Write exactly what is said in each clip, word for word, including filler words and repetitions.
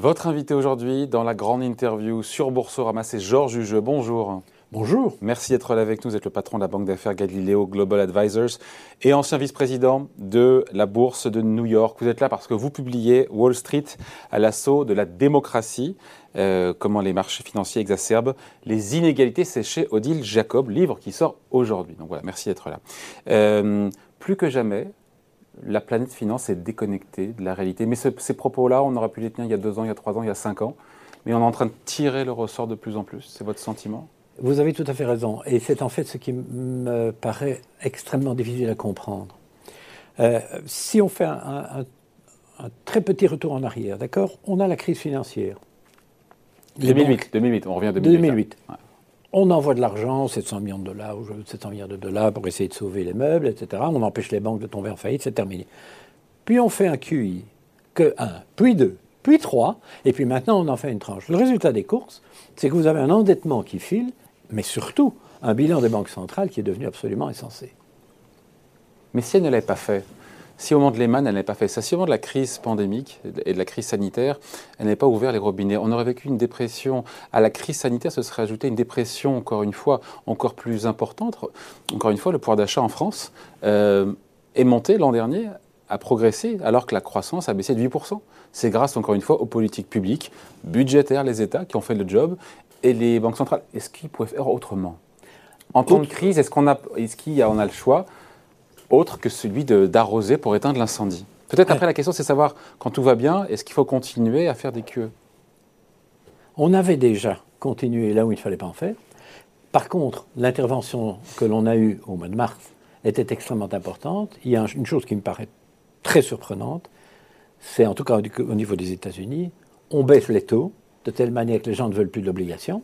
Votre invité aujourd'hui dans la grande interview sur Boursorama, c'est Georges Hugeux. Bonjour. Bonjour. Merci d'être là avec nous. Vous êtes le patron de la banque d'affaires Galileo Global Advisors et ancien vice-président de la bourse de New York. Vous êtes là parce que vous publiez Wall Street à l'assaut de la démocratie, euh, comment les marchés financiers exacerbent les inégalités. C'est chez Odile Jacob, livre qui sort aujourd'hui. Donc voilà, merci d'être là. Euh, plus que jamais, la planète finance est déconnectée de la réalité. Mais ce, ces propos-là, on aurait pu les tenir il y a deux ans, il y a trois ans, il y a cinq ans. Mais on est en train de tirer le ressort de plus en plus. C'est votre sentiment ? Vous avez tout à fait raison. Et c'est en fait ce qui me paraît extrêmement difficile à comprendre. Euh, si on fait un, un, un très petit retour en arrière, d'accord ? On a la crise financière. deux mille huit, deux mille huit, on revient à deux mille huit. deux mille huit. Ouais. On envoie de l'argent, sept cents millions de dollars, ou sept cents milliards de dollars pour essayer de sauver les meubles, et cetera. On empêche les banques de tomber en faillite, c'est terminé. Puis on fait un Q I, que un, puis deux, puis trois, et puis maintenant on en fait une tranche. Le résultat des courses, c'est que vous avez un endettement qui file, mais surtout un bilan des banques centrales qui est devenu absolument insensé. Mais si elle ne l'avait pas fait, si au moment de Lehman, elle n'avait pas fait ça, si au moment de la crise pandémique et de la crise sanitaire, elle n'avait pas ouvert les robinets, on aurait vécu une dépression. À la crise sanitaire, ce serait ajouté une dépression, encore une fois, encore plus importante. Encore une fois, le pouvoir d'achat en France euh, est monté l'an dernier, a progressé, alors que la croissance a baissé de huit pour cent. C'est grâce, encore une fois, aux politiques publiques, budgétaires, les États qui ont fait le job, et les banques centrales. Est-ce qu'ils pouvaient faire autrement ? En temps de crise, est-ce qu'on a, est-ce qu'il y a, on a le choix autre que celui de, d'arroser pour éteindre l'incendie ? Peut-être après, la question, c'est de savoir, quand tout va bien, est-ce qu'il faut continuer à faire des Q E ? On avait déjà continué là où il ne fallait pas en faire. Par contre, l'intervention que l'on a eue au mois de mars était extrêmement importante. Il y a une chose qui me paraît très surprenante, c'est en tout cas au niveau des États-Unis, on baisse les taux, de telle manière que les gens ne veulent plus d'obligations.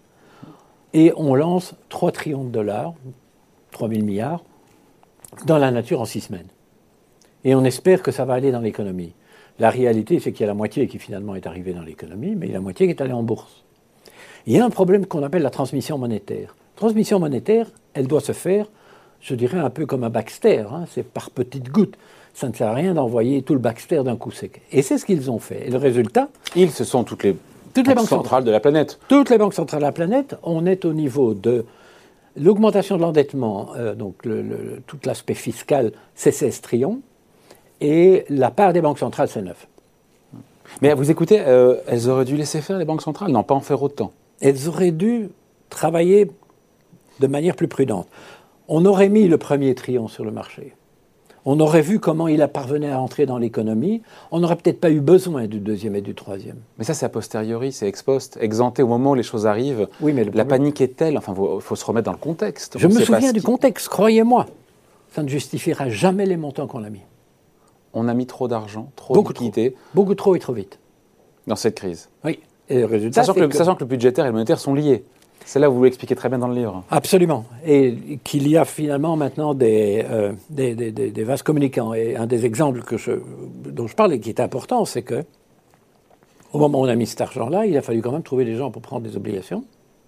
Et on lance trois trillions de dollars, trois mille milliards, dans la nature en six semaines. Et on espère que ça va aller dans l'économie. La réalité, c'est qu'il y a la moitié qui finalement est arrivée dans l'économie, mais il y a la moitié qui est allée en bourse. Il y a un problème qu'on appelle la transmission monétaire. La transmission monétaire, elle doit se faire, je dirais, un peu comme un Baxter, hein, c'est par petites gouttes. Ça ne sert à rien d'envoyer tout le Baxter d'un coup sec. Et c'est ce qu'ils ont fait. Et le résultat... Ils, ce sont toutes les... Toutes les banques centrales de la planète. Toutes les banques centrales de la planète, on est au niveau de l'augmentation de l'endettement, euh, donc le, le, tout l'aspect fiscal, c'est seize trillions, et la part des banques centrales, c'est neuf. Mais vous écoutez, euh, elles auraient dû laisser faire les banques centrales, non pas en faire autant. Elles auraient dû travailler de manière plus prudente. On aurait mis le premier trillion sur le marché. On aurait vu comment il a parvenu à entrer dans l'économie. On n'aurait peut-être pas eu besoin du deuxième et du troisième. Mais ça, c'est a posteriori, c'est ex post, exempté au moment où les choses arrivent. Oui, mais le la problème... panique est telle, enfin, il faut se remettre dans le contexte. Je on me souviens du qui... contexte, croyez-moi. Ça ne justifiera jamais les montants qu'on a mis. On a mis trop d'argent, trop beaucoup de liquidités. Trop. Beaucoup trop et trop vite. Dans cette crise. Oui. Et le résultat, sachant, que le, que... sachant que le budgétaire et le monétaire sont liés. C'est là où vous l'expliquez très bien dans le livre. Absolument. Et qu'il y a finalement maintenant des, euh, des, des, des, des vases communicants. Et un des exemples que je, dont je parle et qui est important, c'est que au moment où on a mis cet argent-là, il a fallu quand même trouver des gens pour prendre des obligations.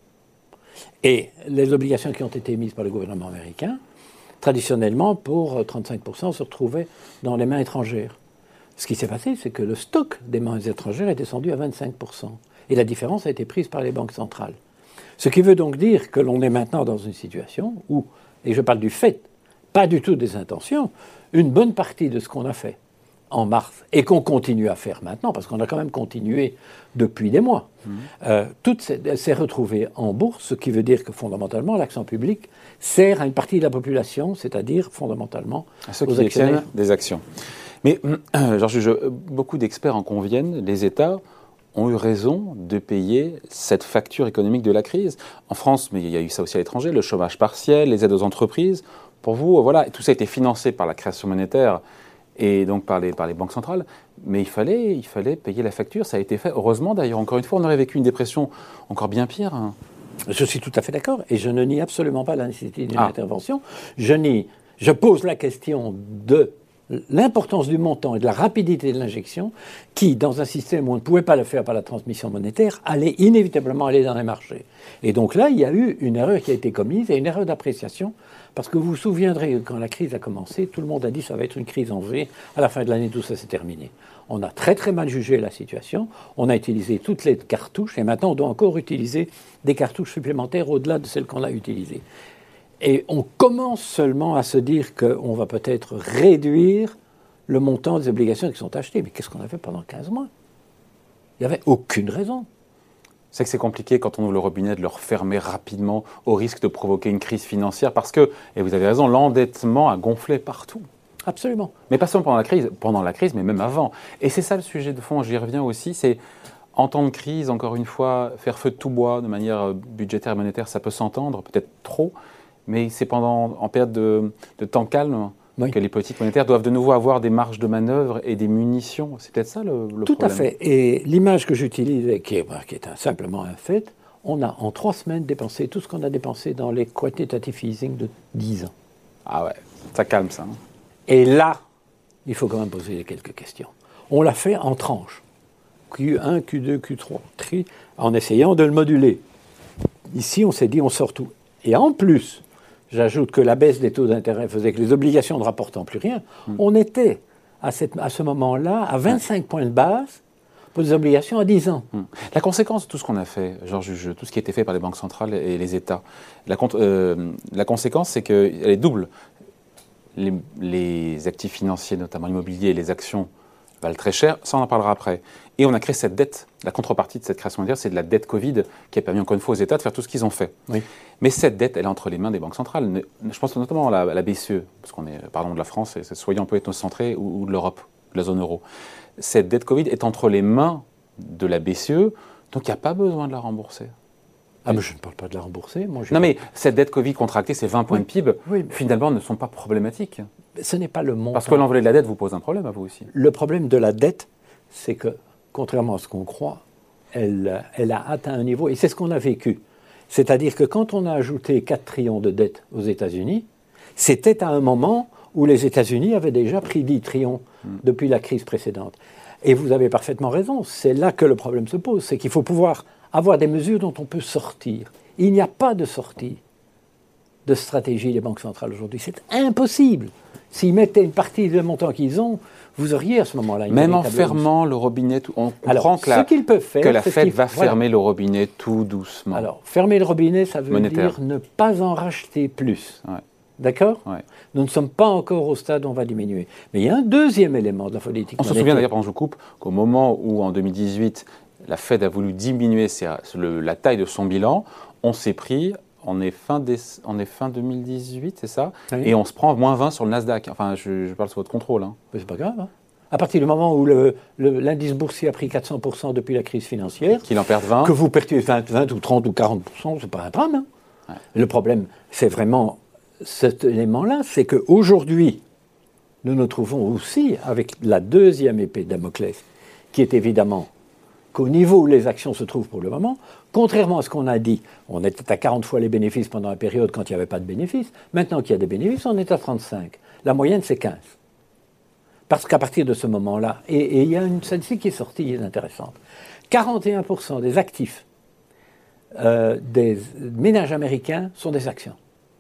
Et les obligations qui ont été émises par le gouvernement américain, traditionnellement, pour trente-cinq pour cent, se retrouvaient dans les mains étrangères. Ce qui s'est passé, c'est que le stock des mains étrangères est descendu à vingt-cinq pour cent. Et la différence a été prise par les banques centrales. Ce qui veut donc dire que l'on est maintenant dans une situation où, et je parle du fait, pas du tout des intentions, une bonne partie de ce qu'on a fait en mars et qu'on continue à faire maintenant, parce qu'on a quand même continué depuis des mois, mmh. euh, tout s'est retrouvé en bourse, ce qui veut dire que fondamentalement, l'action publique sert à une partie de la population, c'est-à-dire fondamentalement à ceux aux qui actionnaires. détiennent des actions. Mais, euh, Georges, je, beaucoup d'experts en conviennent, les États ont eu raison de payer cette facture économique de la crise. En France, mais il y a eu ça aussi à l'étranger, le chômage partiel, les aides aux entreprises. Pour vous, voilà, tout ça a été financé par la création monétaire et donc par les, par les banques centrales. Mais il fallait, il fallait payer la facture, ça a été fait. Heureusement, d'ailleurs, encore une fois, on aurait vécu une dépression encore bien pire. Hein. Je suis tout à fait d'accord, et je ne nie absolument pas la nécessité d'une ah. intervention. Je nie, je pose la question de l'importance du montant et de la rapidité de l'injection, qui, dans un système où on ne pouvait pas le faire par la transmission monétaire, allait inévitablement aller dans les marchés. Et donc là, il y a eu une erreur qui a été commise, et une erreur d'appréciation, parce que vous vous souviendrez, quand la crise a commencé, tout le monde a dit que ça va être une crise en V, à la fin de l'année, tout ça s'est terminé. On a très très mal jugé la situation, on a utilisé toutes les cartouches, et maintenant on doit encore utiliser des cartouches supplémentaires au-delà de celles qu'on a utilisées. Et on commence seulement à se dire qu'on va peut-être réduire le montant des obligations qui sont achetées. Mais qu'est-ce qu'on a fait pendant quinze mois? Il n'y avait aucune raison. C'est que c'est compliqué quand on ouvre le robinet de le refermer rapidement au risque de provoquer une crise financière parce que, et vous avez raison, l'endettement a gonflé partout. Absolument. Mais pas seulement pendant la crise, pendant la crise, mais même avant. Et c'est ça le sujet de fond, j'y reviens aussi, c'est en temps de crise, encore une fois, faire feu de tout bois de manière budgétaire et monétaire, ça peut s'entendre, peut-être trop, mais c'est pendant, en période de, de temps calme oui. que les politiques monétaires doivent de nouveau avoir des marges de manœuvre et des munitions. C'est peut-être ça le, le tout problème. Tout à fait. Et l'image que j'utilise, qui est, qui est un, simplement un fait, on a en trois semaines dépensé tout ce qu'on a dépensé dans les quantitative easing de dix ans. Ah ouais, ça calme ça. Hein. Et là, il faut quand même poser quelques questions. On l'a fait en tranches. Q un, Q deux, Q trois, tri, en essayant de le moduler. Ici, on s'est dit, on sort tout. Et en plus, j'ajoute que la baisse des taux d'intérêt faisait que les obligations ne rapportant plus rien. Mmh. On était, à, cette, à ce moment-là, à vingt-cinq points de base pour des obligations à dix ans. Mmh. La conséquence de tout ce qu'on a fait, Georges Jugeux, tout ce qui a été fait par les banques centrales et les États, la, euh, la conséquence, c'est qu'elle est double. Les, les actifs financiers, notamment l'immobilier et les actions, valent très cher, ça on en parlera après. Et on a créé cette dette. La contrepartie de cette création monétaire, c'est de la dette Covid qui a permis encore une fois aux États de faire tout ce qu'ils ont fait. Oui. Mais cette dette, elle est entre les mains des banques centrales. Je pense notamment à la, à la B C E, parce qu'on est, pardon, de la France, et soyons un peu ethnocentrés, ou, ou de l'Europe, de la zone euro. Cette dette Covid est entre les mains de la B C E, donc il n'y a pas besoin de la rembourser. Ah, mais je ne parle pas de la rembourser. Moi, non, mais cette dette Covid contractée, ces vingt points oui. de P I B, oui. finalement, ne sont pas problématiques. Ce n'est pas le montant. Parce que l'envolée de la dette vous pose un problème à vous aussi. Le problème de la dette, c'est que, contrairement à ce qu'on croit, elle, elle a atteint un niveau, et c'est ce qu'on a vécu. C'est-à-dire que quand on a ajouté quatre trillions de dettes aux États-Unis, c'était à un moment où les États-Unis avaient déjà pris dix trillions mmh. depuis la crise précédente. Et vous avez parfaitement raison, c'est là que le problème se pose, c'est qu'il faut pouvoir avoir des mesures dont on peut sortir. Il n'y a pas de sortie de stratégie des banques centrales aujourd'hui. C'est impossible. S'ils mettaient une partie des montants qu'ils ont, vous auriez à ce moment-là une Même en fermant le robinet, on comprend Alors, que la, ce qu'ils peuvent faire, que la Fed va voilà. fermer le robinet tout doucement. Alors, fermer le robinet, ça veut Monétaire. dire ne pas en racheter plus. Ouais. D'accord ouais. Nous ne sommes pas encore au stade où on va diminuer. Mais il y a un deuxième élément de la politique On monétaire. Se souvient d'ailleurs, pendant que je vous coupe, qu'au moment où, en deux mille dix-huit, la Fed a voulu diminuer ses, le, la taille de son bilan, on s'est pris... On est, fin des, on est fin deux mille dix-huit, c'est ça oui. Et on se prend moins vingt sur le Nasdaq. Enfin, je, je parle sous votre contrôle. Hein. Mais c'est pas grave. Hein. À partir du moment où le, le, l'indice boursier a pris quatre cents pour cent depuis la crise financière... Qu'il en perde vingt. Que vous perdiez vingt, vingt ou trente ou quarante pour cent, c'est pas un drame. Hein. Ouais. Le problème, c'est vraiment cet élément-là, c'est qu'aujourd'hui, nous nous trouvons aussi avec la deuxième épée de Damoclès, qui est évidemment... qu'au niveau où les actions se trouvent pour le moment, contrairement à ce qu'on a dit, on était à quarante fois les bénéfices pendant la période quand il n'y avait pas de bénéfices. Maintenant qu'il y a des bénéfices, on est à trente-cinq. La moyenne, c'est quinze. Parce qu'à partir de ce moment-là, et, et il y a une statistique qui est sortie, qui est intéressante, quarante et un pour cent des actifs euh, des ménages américains sont des actions.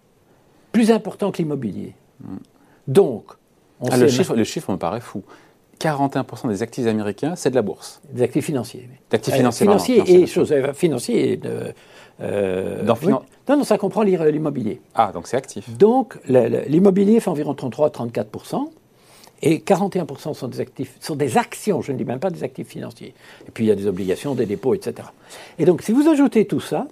Plus important que l'immobilier. Mmh. Donc, on ah, sait le, chiffre, le chiffre me paraît fou. quarante et un pour cent des actifs américains, c'est de la bourse. Des actifs financiers. D'actifs financiers, euh, financiers pardon, et choses euh, financiers et de, euh, Dans finan... oui. Non, non, ça comprend l'immobilier. Ah, donc c'est actif. Donc, le, le, l'immobilier fait environ trente-trois à trente-quatre pour cent et quarante et un pour cent sont des actifs, sont des actions, je ne dis même pas des actifs financiers. Et puis, il y a des obligations, des dépôts, et cetera. Et donc, si vous ajoutez tout ça,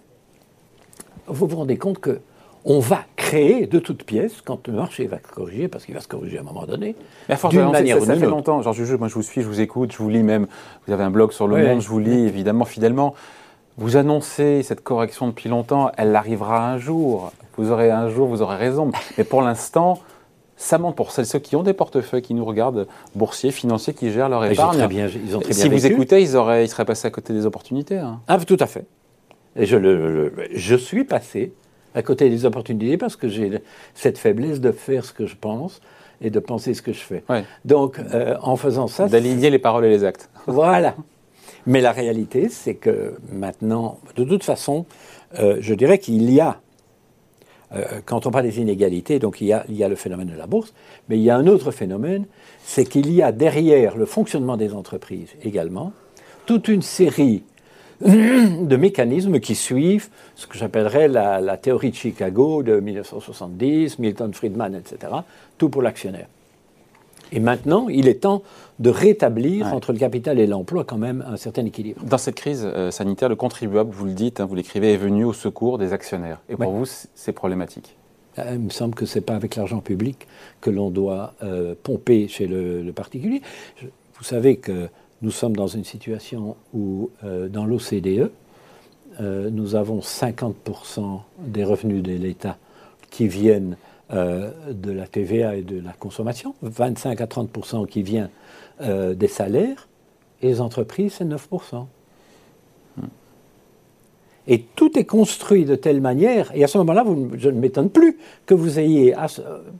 vous vous rendez compte que on va créer de toutes pièces, quand le marché va se corriger, parce qu'il va se corriger à un moment donné, mais à force d'une manière ou d'une autre. Ça fait longtemps, Georges Jugeux, moi je vous suis, je vous écoute, je vous lis même, vous avez un blog sur Le oui, Monde, je vous lis oui. évidemment fidèlement. Vous annoncez cette correction depuis longtemps, elle arrivera un jour, vous aurez un jour, vous aurez raison, mais pour l'instant, ça monte pour celles, ceux qui ont des portefeuilles, qui nous regardent, boursiers, financiers, qui gèrent leur épargne. Ils ont très bien, ils ont très bien si vécu. Vous écoutez, ils, auraient, ils seraient passés à côté des opportunités. Hein. Ah, tout à fait. Et je, le, le, je suis passé à côté des opportunités parce que j'ai cette faiblesse de faire ce que je pense et de penser ce que je fais. Ouais. Donc, euh, en faisant ça... D'aligner les paroles et les actes. Voilà. Mais la réalité, c'est que maintenant, de toute façon, euh, je dirais qu'il y a, euh, quand on parle des inégalités, donc il y, a, il y a le phénomène de la bourse, mais il y a un autre phénomène, c'est qu'il y a derrière le fonctionnement des entreprises également, toute une série de mécanismes qui suivent ce que j'appellerais la, la théorie de Chicago de dix-neuf cent soixante-dix, Milton Friedman, et cetera, tout pour l'actionnaire. Et maintenant, il est temps de rétablir ouais. entre le capital et l'emploi quand même un certain équilibre. Dans cette crise euh, sanitaire, le contribuable, vous le dites, hein, vous l'écrivez, est venu au secours des actionnaires. Et pour ouais. vous, c'est problématique. Il me semble que ce n'est pas avec l'argent public que l'on doit euh, pomper chez le, le particulier. Je, vous savez que nous sommes dans une situation où, euh, dans l'O C D E, euh, nous avons cinquante pour cent des revenus de l'État qui viennent euh, de la T V A et de la consommation, vingt-cinq à trente pour cent qui vient euh, des salaires, et les entreprises, c'est neuf pour cent. Hmm. Et tout est construit de telle manière, et à ce moment-là, vous, je ne m'étonne plus que vous ayez... À,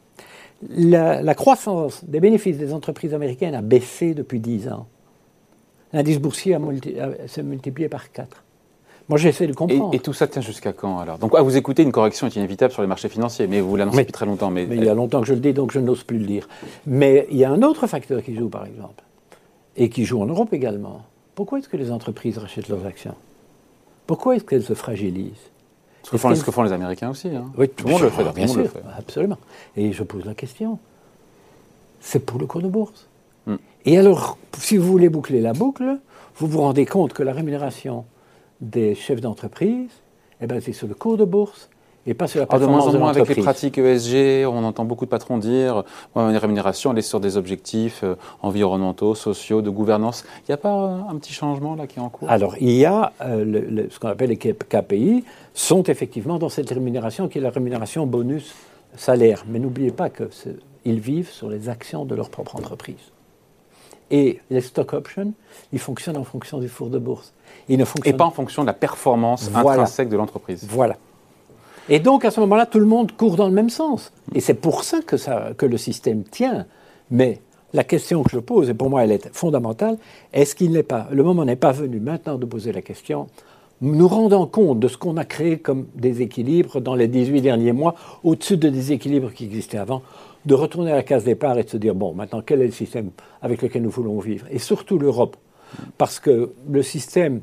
la, la croissance des bénéfices des entreprises américaines a baissé depuis dix ans. L'indice boursier a multi, a, s'est multiplié par quatre. Moi, j'essaie de comprendre. Et, et tout ça tient jusqu'à quand, alors? Donc, à vous écouter, une correction est inévitable sur les marchés financiers, mais vous l'annoncez depuis très longtemps. Mais, mais il y a longtemps que je le dis, donc je n'ose plus le dire. Mais il y a un autre facteur qui joue, par exemple, et qui joue en Europe également. Pourquoi est-ce que les entreprises rachètent leurs actions? Pourquoi est-ce qu'elles se fragilisent? Ce que, font, ce que font les Américains aussi. Hein. Oui, tout le monde le fait. Bien sûr, le fait. Absolument. Et je pose la question. C'est pour le cours de bourse. Hmm. Et alors, si vous voulez boucler la boucle, vous vous rendez compte que la rémunération des chefs d'entreprise est basée sur le cours de bourse et pas sur la performance de l'entreprise. De moins en moins, avec les pratiques E S G, on entend beaucoup de patrons dire ouais, les rémunérations, elle est sur des objectifs euh, environnementaux, sociaux, de gouvernance. Il n'y a pas euh, un petit changement là qui est en cours? Alors, il y a euh, le, le, ce qu'on appelle les K P I, sont effectivement dans cette rémunération qui est la rémunération bonus salaire. Mais n'oubliez pas qu'ils vivent sur les actions de leur propre entreprise. Et les stock options, ils fonctionnent en fonction du cours de bourse. Ils ne fonctionnent... Et pas en fonction de la performance voilà. intrinsèque de l'entreprise. Voilà. Et donc, à ce moment-là, tout le monde court dans le même sens. Et c'est pour ça que, ça que le système tient. Mais la question que je pose, et pour moi elle est fondamentale, est-ce qu'il n'est pas, le moment n'est pas venu maintenant de poser la question, nous rendant compte de ce qu'on a créé comme déséquilibre dans les dix-huit derniers mois, au-dessus de déséquilibres qui existaient avant, de retourner à la case départ et de se dire, bon, maintenant, quel est le système avec lequel nous voulons vivre? Et surtout l'Europe. Parce que le système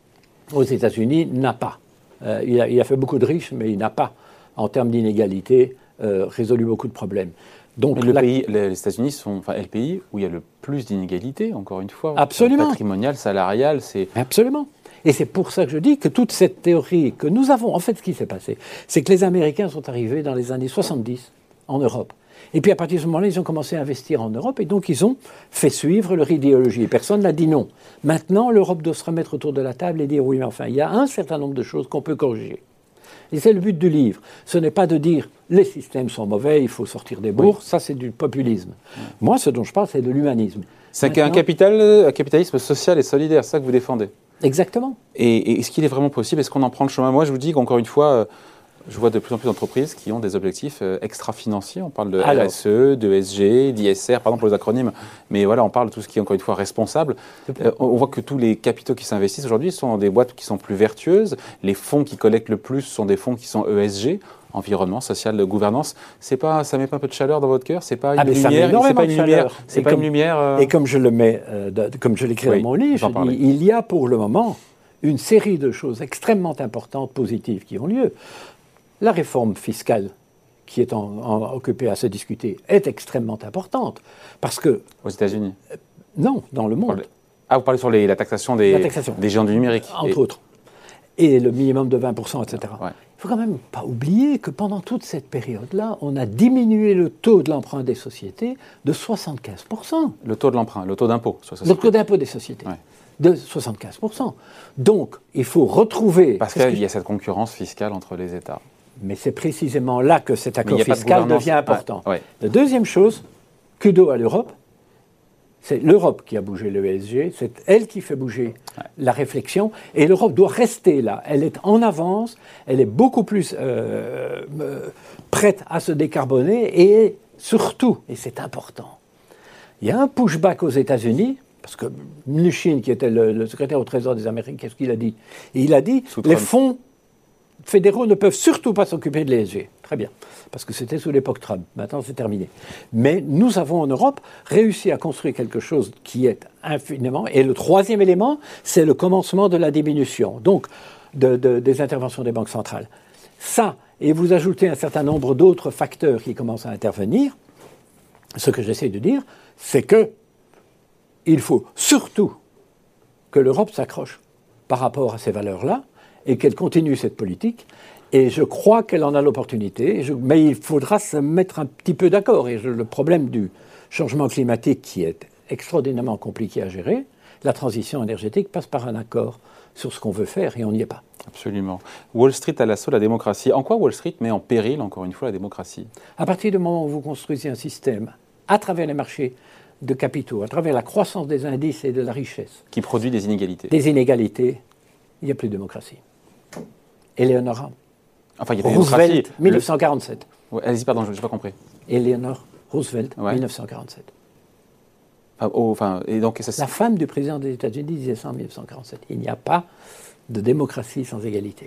aux États-Unis n'a pas. Euh, il, a, il a fait beaucoup de riches, mais il n'a pas, en termes d'inégalité, euh, résolu beaucoup de problèmes. Donc, le la... pays, les États-Unis sont enfin, le pays où il y a le plus d'inégalités, encore une fois. Absolument. Patrimonial, salarial, c'est... Absolument. Et c'est pour ça que je dis que toute cette théorie que nous avons, en fait, ce qui s'est passé, c'est que les Américains sont arrivés dans les années soixante-dix en Europe. Et puis à partir de ce moment-là, ils ont commencé à investir en Europe et donc ils ont fait suivre leur idéologie. Personne n'a dit non. Maintenant, l'Europe doit se remettre autour de la table et dire oui, mais enfin, il y a un certain nombre de choses qu'on peut corriger. Et c'est le but du livre. Ce n'est pas de dire les systèmes sont mauvais, il faut sortir des bourses, oui. Ça c'est du populisme. Oui. Moi, ce dont je parle, c'est de l'humanisme. C'est Maintenant, un, capital, un capitalisme social et solidaire, c'est ça que vous défendez. Exactement. Et, et est-ce qu'il est vraiment possible? Est-ce qu'on en prend le chemin? Moi, je vous dis qu'encore une fois, je vois de plus en plus d'entreprises qui ont des objectifs extra-financiers. On parle de Alors, R S E, de E S G, d'I S R, pardon pour les acronymes. Mais voilà, on parle de tout ce qui est encore une fois responsable. Euh, on voit que tous les capitaux qui s'investissent aujourd'hui sont dans des boîtes qui sont plus vertueuses. Les fonds qui collectent le plus sont des fonds qui sont E S G, environnement, social, gouvernance. C'est pas, ça met pas un peu de chaleur dans votre cœur? C'est pas une ah, lumière? C'est pas une lumière? C'est pas comme, une lumière euh... Et comme je le mets, euh, de, comme je l'écris oui, dans mon livre, je dis, il y a pour le moment une série de choses extrêmement importantes, positives, qui ont lieu. La réforme fiscale qui est en, en, occupée à se discuter est extrêmement importante parce que... Aux États-Unis euh, Non, dans le monde. Ah, vous parlez sur les, la taxation des, la taxation. des géants du numérique. Entre et... autres. Et le minimum de vingt pour cent, et cetera. Ouais. Il ne faut quand même pas oublier que pendant toute cette période-là, on a diminué le taux de l'emprunt des sociétés de soixante-quinze pour cent. Le taux de l'emprunt, le taux d'impôt sur Le taux d'impôt des sociétés. Ouais. De soixante-quinze pour cent. Donc, il faut retrouver... Parce qu'il y a cette concurrence fiscale entre les États. Mais c'est précisément là que cet accord fiscal de devient important. Ouais, ouais. La deuxième chose, kudo à l'Europe, c'est l'Europe qui a bougé le E S G, c'est elle qui fait bouger ouais. la réflexion, et l'Europe doit rester là. Elle est en avance, elle est beaucoup plus euh, euh, prête à se décarboner, et surtout, et c'est important, il y a un pushback aux États-Unis, parce que Mnuchin, qui était le, le secrétaire au Trésor des Américains, qu'est-ce qu'il a dit? Et il a dit, Sous les Trump. fonds fédéraux ne peuvent surtout pas s'occuper de l'E S G. Très bien, parce que c'était sous l'époque Trump. Maintenant, c'est terminé. Mais nous avons en Europe réussi à construire quelque chose qui est infiniment... Et le troisième élément, c'est le commencement de la diminution, donc de, de, des interventions des banques centrales. Ça, et vous ajoutez un certain nombre d'autres facteurs qui commencent à intervenir, ce que j'essaie de dire, c'est que il faut surtout que l'Europe s'accroche par rapport à ces valeurs-là et qu'elle continue cette politique. Et je crois qu'elle en a l'opportunité. Je, mais il faudra se mettre un petit peu d'accord. Et je, le problème du changement climatique qui est extraordinairement compliqué à gérer, la transition énergétique passe par un accord sur ce qu'on veut faire et on n'y est pas. Absolument. Wall Street à l'assaut de la démocratie. En quoi Wall Street met en péril, encore une fois, la démocratie? À partir du moment où vous construisez un système à travers les marchés de capitaux, à travers la croissance des indices et de la richesse, Qui produit des inégalités. des inégalités, il n'y a plus de démocratie. Eleanor Enfin, il y a des démocraties. Roosevelt, dix-neuf cent quarante-sept. Le... Ouais, allez-y, pardon, je n'ai pas compris. Eleanor Roosevelt, Ouais. dix-neuf cent quarante-sept. Enfin, oh, enfin, et donc, ça, La femme du président des États-Unis disait ça en dix-neuf cent quarante-sept. Il n'y a pas de démocratie sans égalité.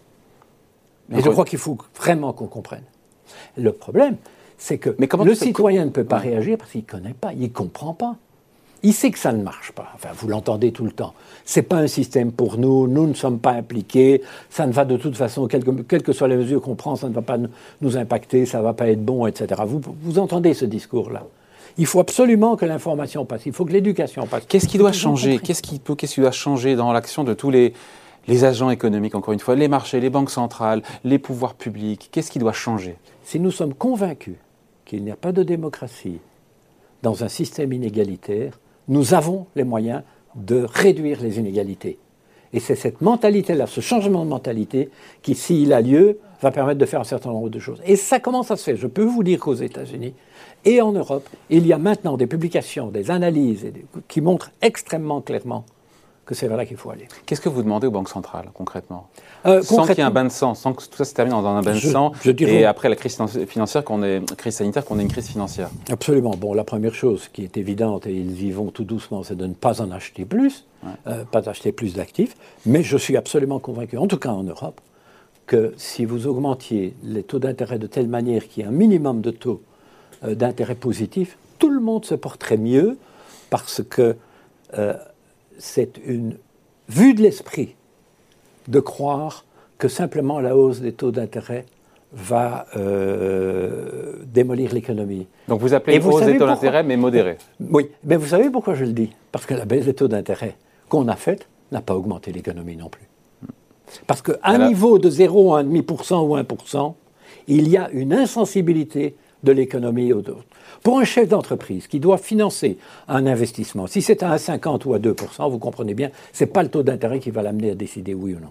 Et je crois qu'il faut vraiment qu'on comprenne. Le problème, c'est que le citoyen ne peut pas ouais. réagir parce qu'il ne connaît pas, il ne comprend pas. Il sait que ça ne marche pas. Enfin, vous l'entendez tout le temps. Ce n'est pas un système pour nous, nous ne sommes pas impliqués, ça ne va de toute façon, quelles que, quelles que soient les mesures qu'on prend, ça ne va pas nous impacter, ça ne va pas être bon, et cetera. Vous, vous entendez ce discours-là. Il faut absolument que l'information passe, il faut que l'éducation passe. Qu'est-ce qui doit changer? Qu'est-ce qui peut, qu'est-ce qui doit changer dans l'action de tous les, les agents économiques, encore une fois, les marchés, les banques centrales, les pouvoirs publics? Qu'est-ce qui doit changer? Si nous sommes convaincus qu'il n'y a pas de démocratie dans un système inégalitaire, nous avons les moyens de réduire les inégalités. Et c'est cette mentalité-là, ce changement de mentalité, qui, s'il a lieu, va permettre de faire un certain nombre de choses. Et ça commence à se faire. Je peux vous dire qu'aux États-Unis et en Europe, il y a maintenant des publications, des analyses et des, qui montrent extrêmement clairement que c'est vers là qu'il faut aller. Qu'est-ce que vous demandez aux banques centrales, concrètement, euh, Sans qu'il y ait un bain de sang, sans que tout ça se termine dans un bain de je, sang, je dirais... et après la crise financière, qu'on ait, crise sanitaire, qu'on ait une crise financière. Absolument. Bon, la première chose qui est évidente, et ils y vont tout doucement, c'est de ne pas en acheter plus, ouais. euh, pas acheter plus d'actifs, mais je suis absolument convaincu, en tout cas en Europe, que si vous augmentiez les taux d'intérêt de telle manière qu'il y ait un minimum de taux euh, d'intérêt positif, tout le monde se porterait mieux parce que euh, c'est une vue de l'esprit de croire que simplement la hausse des taux d'intérêt va euh, démolir l'économie. Donc vous appelez une hausse des taux d'intérêt, mais modérée. Oui, mais vous savez pourquoi je le dis? Parce que la baisse des taux d'intérêt qu'on a faite n'a pas augmenté l'économie non plus. Parce qu'à un niveau de zéro à un virgule cinq pour cent ou un pour cent, il y a une insensibilité de l'économie aux autres. Pour un chef d'entreprise qui doit financer un investissement, si c'est à un virgule cinquante ou à deux pour cent, vous comprenez bien, ce n'est pas le taux d'intérêt qui va l'amener à décider oui ou non.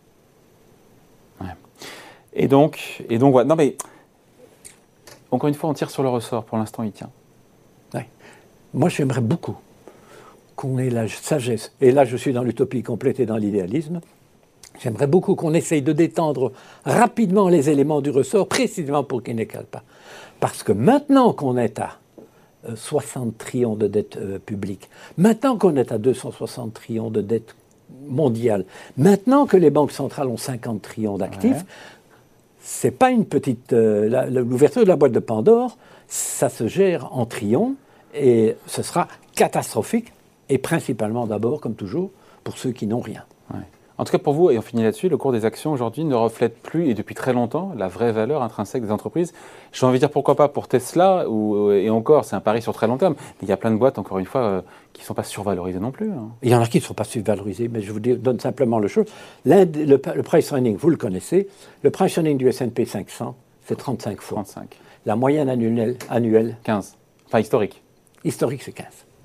Ouais. Et donc, et donc, voilà. Non mais, encore une fois, on tire sur le ressort. Pour l'instant, il tient. Ouais. Moi, j'aimerais beaucoup qu'on ait la sagesse, et là, je suis dans l'utopie complète et dans l'idéalisme. J'aimerais beaucoup qu'on essaye de détendre rapidement les éléments du ressort, précisément pour qu'ils n'écalent pas. Parce que maintenant qu'on est à euh, soixante trillions de dettes euh, publiques, maintenant qu'on est à deux cent soixante trillions de dettes mondiales, maintenant que les banques centrales ont cinquante trillions d'actifs, ouais. c'est pas une petite... Euh, la, l'ouverture de la boîte de Pandore, ça se gère en trillions et ce sera catastrophique, et principalement d'abord, comme toujours, pour ceux qui n'ont rien. Ouais. En tout cas, pour vous, et on finit là-dessus, le cours des actions aujourd'hui ne reflète plus, et depuis très longtemps, la vraie valeur intrinsèque des entreprises. J'ai envie de dire pourquoi pas pour Tesla, ou, et encore, c'est un pari sur très long terme, mais il y a plein de boîtes, encore une fois, euh, qui ne sont pas survalorisées non plus. Hein. Il y en a qui ne sont pas survalorisées, mais je vous donne simplement le chose. Le, le price earning, vous le connaissez, le price earning du S and P cinq cents, c'est trente-cinq fois. trente-cinq. La moyenne annuelle, annuelle quinze. Enfin, historique. Historique, c'est quinze.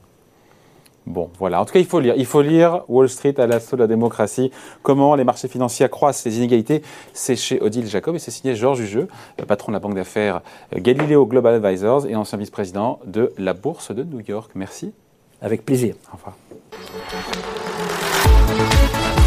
Bon, voilà. En tout cas, il faut lire. Il faut lire Wall Street à l'assaut de la démocratie. Comment les marchés financiers accroissent les inégalités. C'est chez Odile Jacob et c'est signé Georges Hugeux, patron de la banque d'affaires Galileo Global Advisors et ancien vice-président de la Bourse de New York. Merci. Avec plaisir. Au revoir.